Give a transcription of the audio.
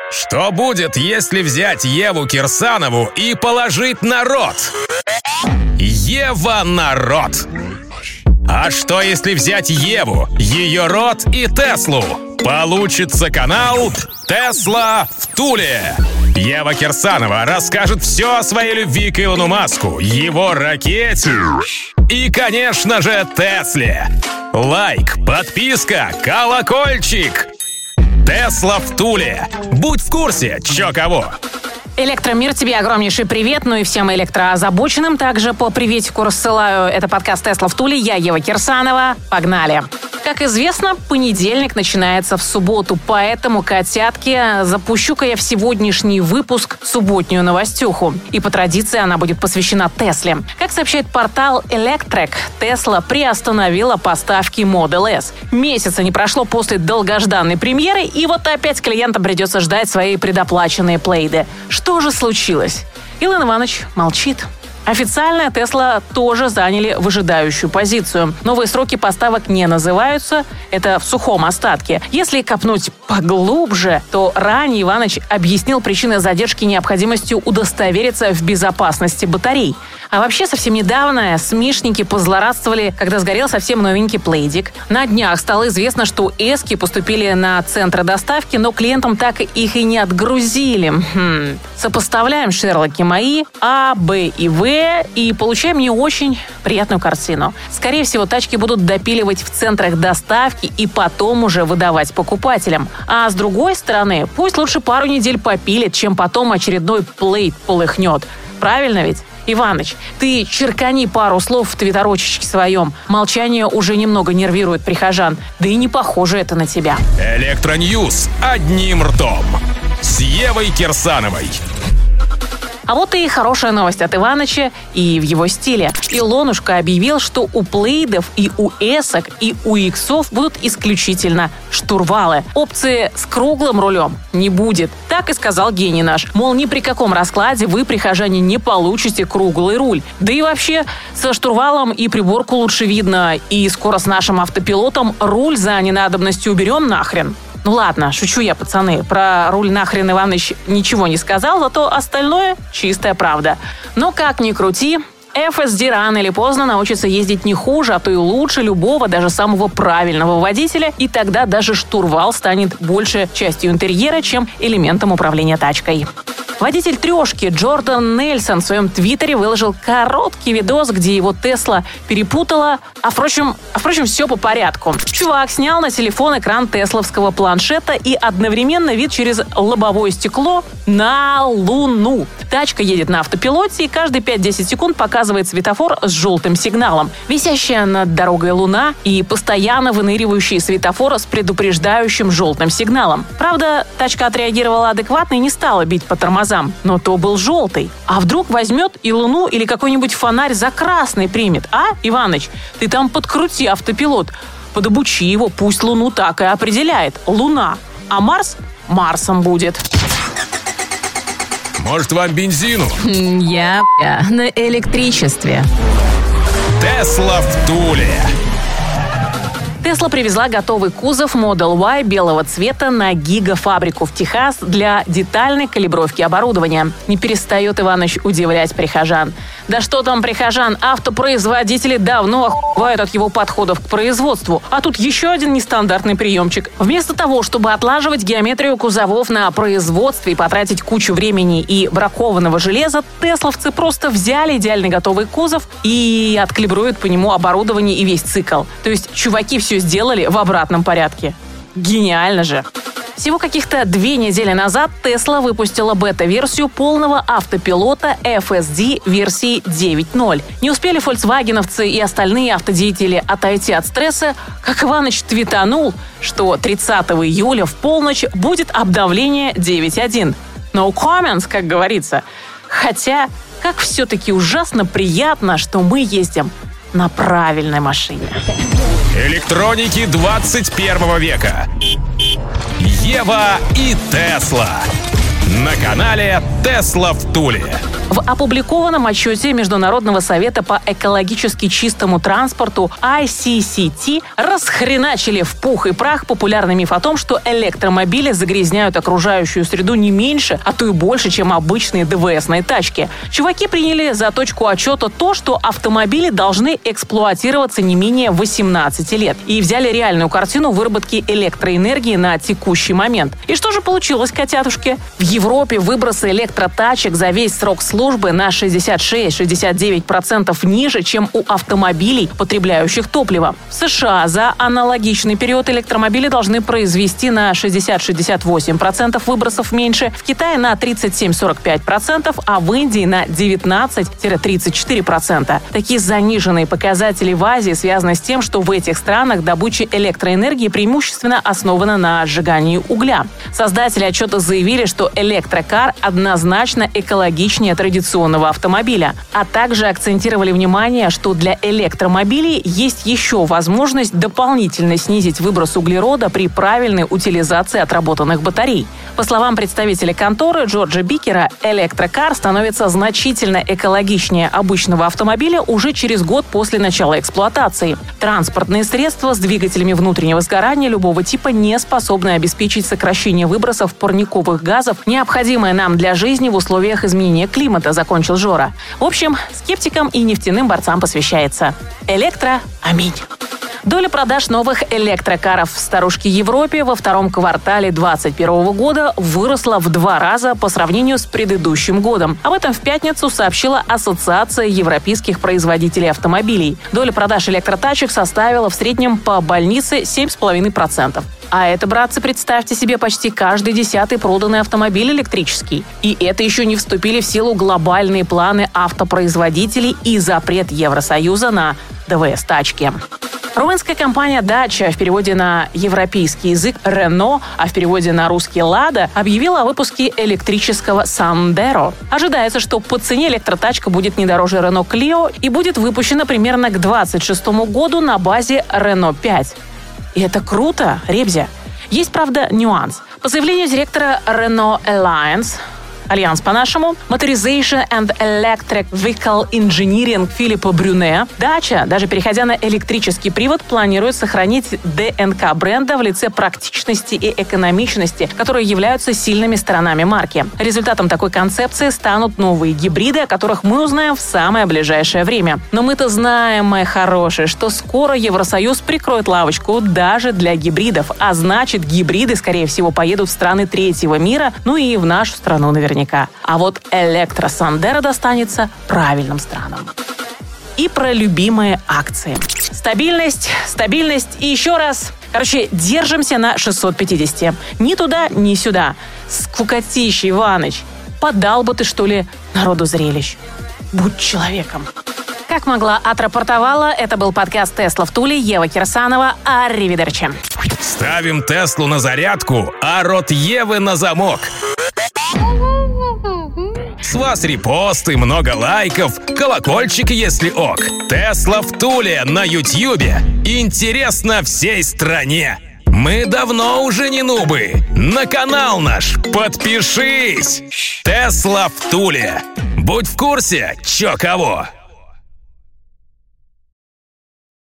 Что будет, если взять Еву Кирсанову и положить на рот? Ева на рот. А что, если взять Еву, ее рот и Теслу? Получится канал «Тесла в Туле». Ева Кирсанова расскажет все о своей любви к Илону Маску, его ракете и, конечно же, Тесле. Лайк, подписка, колокольчик. Тесла в Туле. Будь в курсе, чё кого. Электромир, тебе огромнейший привет, ну и всем электроозабоченным также по приветику рассылаю. Это подкаст «Тесла в Туле», я Ева Кирсанова. Погнали! Как известно, понедельник начинается в субботу, поэтому, котятки, запущу-ка я в сегодняшний выпуск субботнюю новостюху. И по традиции она будет посвящена Тесле. Как сообщает портал Electrek, Tesla приостановила поставки Model S. Месяца не прошло после долгожданной премьеры, и вот опять клиентам придется ждать свои предоплаченные плейды. Что же случилось? Илон Иванович молчит. Официально Tesla тоже заняли выжидающую позицию. Новые сроки поставок не называются, это в сухом остатке. Если копнуть поглубже, то ранее Иванович объяснил причины задержки необходимостью удостовериться в безопасности батарей. А вообще, совсем недавно СМИшники позлорадствовали, когда сгорел совсем новенький плейдик. На днях стало известно, что эски поступили на центры доставки, но клиентам так их и не отгрузили. Сопоставляем, Шерлоки мои, А, Б и В, и получаем не очень приятную картину. Скорее всего, тачки будут допиливать в центрах доставки и потом уже выдавать покупателям. А с другой стороны, пусть лучше пару недель попилит, чем потом очередной плейд полыхнет. Правильно ведь? Иваныч, ты черкани пару слов в твиттерочечке своем. Молчание уже немного нервирует прихожан. Да и не похоже это на тебя. Электроньюз одним ртом. С Евой Кирсановой. А вот и хорошая новость от Иваныча и в его стиле. Илонушка объявил, что у плейдов и у эсок, и у иксов будут исключительно штурвалы. Опции с круглым рулем не будет. Так и сказал гений наш. Мол, ни при каком раскладе вы, прихожане, не получите круглый руль. Да и вообще, со штурвалом и приборку лучше видно. И скоро с нашим автопилотом руль за ненадобностью уберем нахрен. Ну ладно, шучу я, пацаны. Про руль нахрен Иваныч ничего не сказал, зато остальное чистая правда. Но как ни крути, FSD рано или поздно научится ездить не хуже, а то и лучше любого, даже самого правильного водителя, и тогда даже штурвал станет больше частью интерьера, чем элементом управления тачкой. Водитель трешки Джордан Нельсон в своем твиттере выложил короткий видос, где его Тесла перепутала. Впрочем, все по порядку. Чувак снял на телефон экран тесловского планшета и одновременно вид через лобовое стекло на Луну. Тачка едет на автопилоте, и каждые 5-10 секунд показывает светофор с желтым сигналом. Висящая над дорогой Луна и постоянно выныривающий светофор с предупреждающим желтым сигналом. Правда, тачка отреагировала адекватно и не стала бить по тормозам. Но то был желтый. А вдруг возьмет и Луну или какой-нибудь фонарь за красный примет? А, Иваныч, ты там подкрути автопилот. Подобучи его, пусть Луну так и определяет. Луна. А Марс Марсом будет. Может, вам бензину? Я на электричестве. Тесла в Туле. Tesla привезла готовый кузов Model Y белого цвета на гигафабрику в Техас для детальной калибровки оборудования. Не перестает Иваныч удивлять прихожан. Да что там прихожан, автопроизводители давно охуевают от его подходов к производству. А тут еще один нестандартный приемчик. Вместо того, чтобы отлаживать геометрию кузовов на производстве и потратить кучу времени и бракованного железа, тесловцы просто взяли идеальный готовый кузов и откалибруют по нему оборудование и весь цикл. То есть чуваки все сделали в обратном порядке. Гениально же! Всего каких-то 2 недели назад Tesla выпустила бета-версию полного автопилота FSD версии 9.0. Не успели фольксвагеновцы и остальные автодеятели отойти от стресса, как Иваныч твитанул, что 30 июля в полночь будет обновление 9.1. No comments, как говорится. Хотя, как все-таки ужасно приятно, что мы ездим на правильной машине. Электроники 21 века. Ева и Тесла. На канале «Тесла в Туле». В опубликованном отчете Международного совета по экологически чистому транспорту ICCT расхреначили в пух и прах популярный миф о том, что электромобили загрязняют окружающую среду не меньше, а то и больше, чем обычные ДВСные тачки. Чуваки приняли за точку отчета то, что автомобили должны эксплуатироваться не менее 18 лет. И взяли реальную картину выработки электроэнергии на текущий момент. И что же получилось, котятушки? В Европе выбросы электротачек за весь срок службы на 66-69% ниже, чем у автомобилей, потребляющих топливо. В США за аналогичный период электромобили должны произвести на 60-68% выбросов меньше, в Китае на 37-45%, а в Индии на 19-34%. Такие заниженные показатели в Азии связаны с тем, что в этих странах добыча электроэнергии преимущественно основана на сжигании угля. Создатели отчета заявили, что электрокар однозначно экологичнее традиционного автомобиля, а также акцентировали внимание, что для электромобилей есть еще возможность дополнительно снизить выброс углерода при правильной утилизации отработанных батарей. По словам представителя конторы Джорджа Бикера, электрокар становится значительно экологичнее обычного автомобиля уже через год после начала эксплуатации. Транспортные средства с двигателями внутреннего сгорания любого типа не способны обеспечить сокращение выбросов парниковых газов, необходимое нам для жизни в условиях изменения климата, закончил Жора. В общем, скептикам и нефтяным борцам посвящается. Аминь. Доля продаж новых электрокаров в старушке Европе во втором квартале 2021 года выросла в 2 раза по сравнению с предыдущим годом. Об этом в пятницу сообщила Ассоциация европейских производителей автомобилей. Доля продаж электротачек составила в среднем по больнице 7,5%. А это, братцы, представьте себе, почти каждый 10-й проданный автомобиль электрический. И это еще не вступили в силу глобальные планы автопроизводителей и запрет Евросоюза на ДВС-тачки. Румынская компания Dacia, в переводе на европейский язык Renault, а в переводе на русский Lada, объявила о выпуске электрического Sandero. Ожидается, что по цене электротачка будет не дороже Renault Clio и будет выпущена примерно к 2026 году на базе Renault 5. И это круто, ребзя. Есть, правда, нюанс. По заявлению директора Renault Alliance, Альянс по-нашему, Motorization and Electric Vehicle Engineering Филиппа Брюне, Dacia, даже переходя на электрический привод, планирует сохранить ДНК бренда в лице практичности и экономичности, которые являются сильными сторонами марки. Результатом такой концепции станут новые гибриды, о которых мы узнаем в самое ближайшее время. Но мы-то знаем, мои хорошие, что скоро Евросоюз прикроет лавочку даже для гибридов, а значит, гибриды, скорее всего, поедут в страны третьего мира, ну и в нашу страну наверняка. А вот электро-Сандеро достанется правильным странам. И про любимые акции. Стабильность и еще раз. Держимся на 650. Ни туда, ни сюда. Скукотища, Иваныч. Подал бы ты, что ли, народу зрелищ. Будь человеком. Как могла, отрапортовала. Это был подкаст «Тесла в Туле». Ева Кирсанова. Арривидерчи. Ставим Теслу на зарядку, а рот Евы на замок. С вас репосты, много лайков, колокольчик, если ок. Тесла в Туле на Ютьюбе. Интересно всей стране. Мы давно уже не нубы. На канал наш подпишись. Тесла в Туле. Будь в курсе, чё кого.